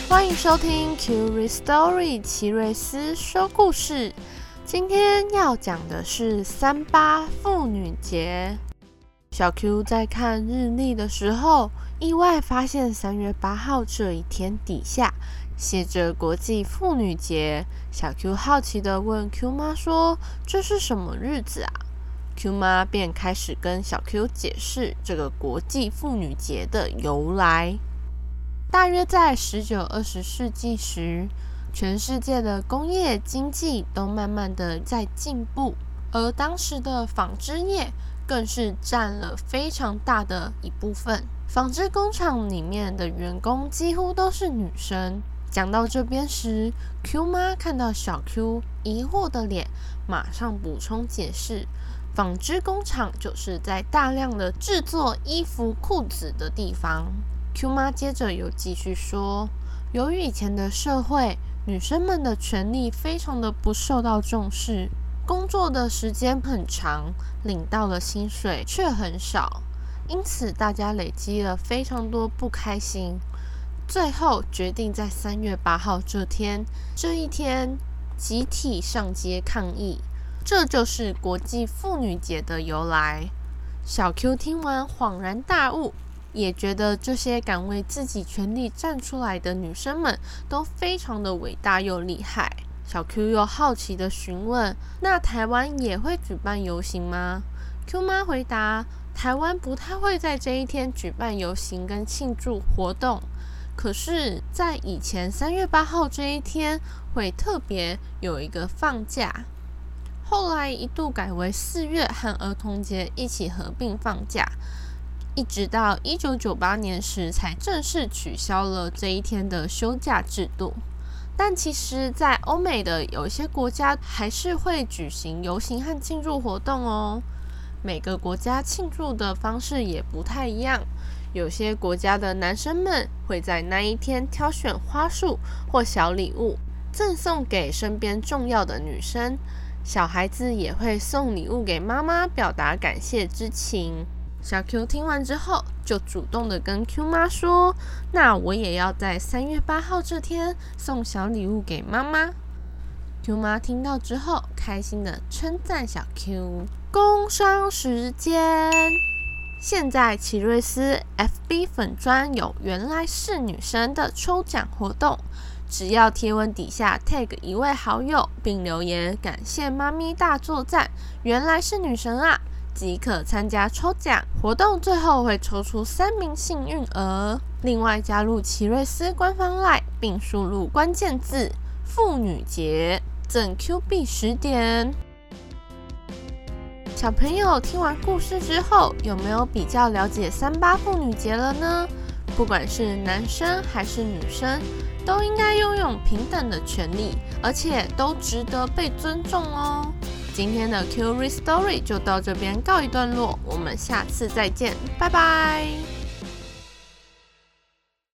欢迎收听 Curious Story 奇瑞斯说故事。今天要讲的是38妇女节。小 Q 在看日历的时候，意外发现3月8号这一天底下写着国际妇女节。小 Q 好奇地问 Q 妈说：“这是什么日子啊？” Q 妈便开始跟小 Q 解释这个国际妇女节的由来。大约在19、20世纪时，全世界的工业经济都慢慢的在进步，而当时的纺织业更是占了非常大的一部分。纺织工厂里面的员工几乎都是女生。讲到这边时， Q 妈看到小 Q 疑惑的脸，马上补充解释，纺织工厂就是在大量的制作衣服裤子的地方。 Q 妈接着又继续说，由于以前的社会，女生们的权利非常的不受到重视，工作的时间很长，领到的薪水却很少，因此大家累积了非常多不开心，最后决定在3月8号这一天集体上街抗议，这就是国际妇女节的由来。小 Q 听完恍然大悟，也觉得这些敢为自己权利站出来的女生们都非常的伟大又厉害。小 Q 又好奇的询问，那台湾也会举办游行吗？ Q 妈回答，台湾不太会在这一天举办游行跟庆祝活动，可是在以前3月8号这一天会特别有一个放假，后来一度改为4月和儿童节一起合并放假，一直到1998年时才正式取消了这一天的休假制度。但其实在欧美的有一些国家还是会举行游行和庆祝活动哦，每个国家庆祝的方式也不太一样，有些国家的男生们会在那一天挑选花束或小礼物赠送给身边重要的女生，小孩子也会送礼物给妈妈表达感谢之情。小 Q 听完之后就主动的跟 Q 妈说，那我也要在3月8号这天送小礼物给妈妈。 Q 妈听到之后开心的称赞小 Q。工商时间，现在奇瑞斯 FB 粉专有原来是女生的抽奖活动，只要贴文底下 tag 一位好友并留言感谢妈咪大作战，原来是女神啊，即可参加抽奖活动，最后会抽出3名幸运儿。另外加入奇瑞斯官方 LINE 并输入关键字妇女节，赠 Q 币10点。小朋友听完故事之后，有没有比较了解38妇女节了呢？不管是男生还是女生，都应该拥有平等的权利，而且都值得被尊重哦。今天的 Curious Story 就到这边告一段落，我们下次再见，拜拜。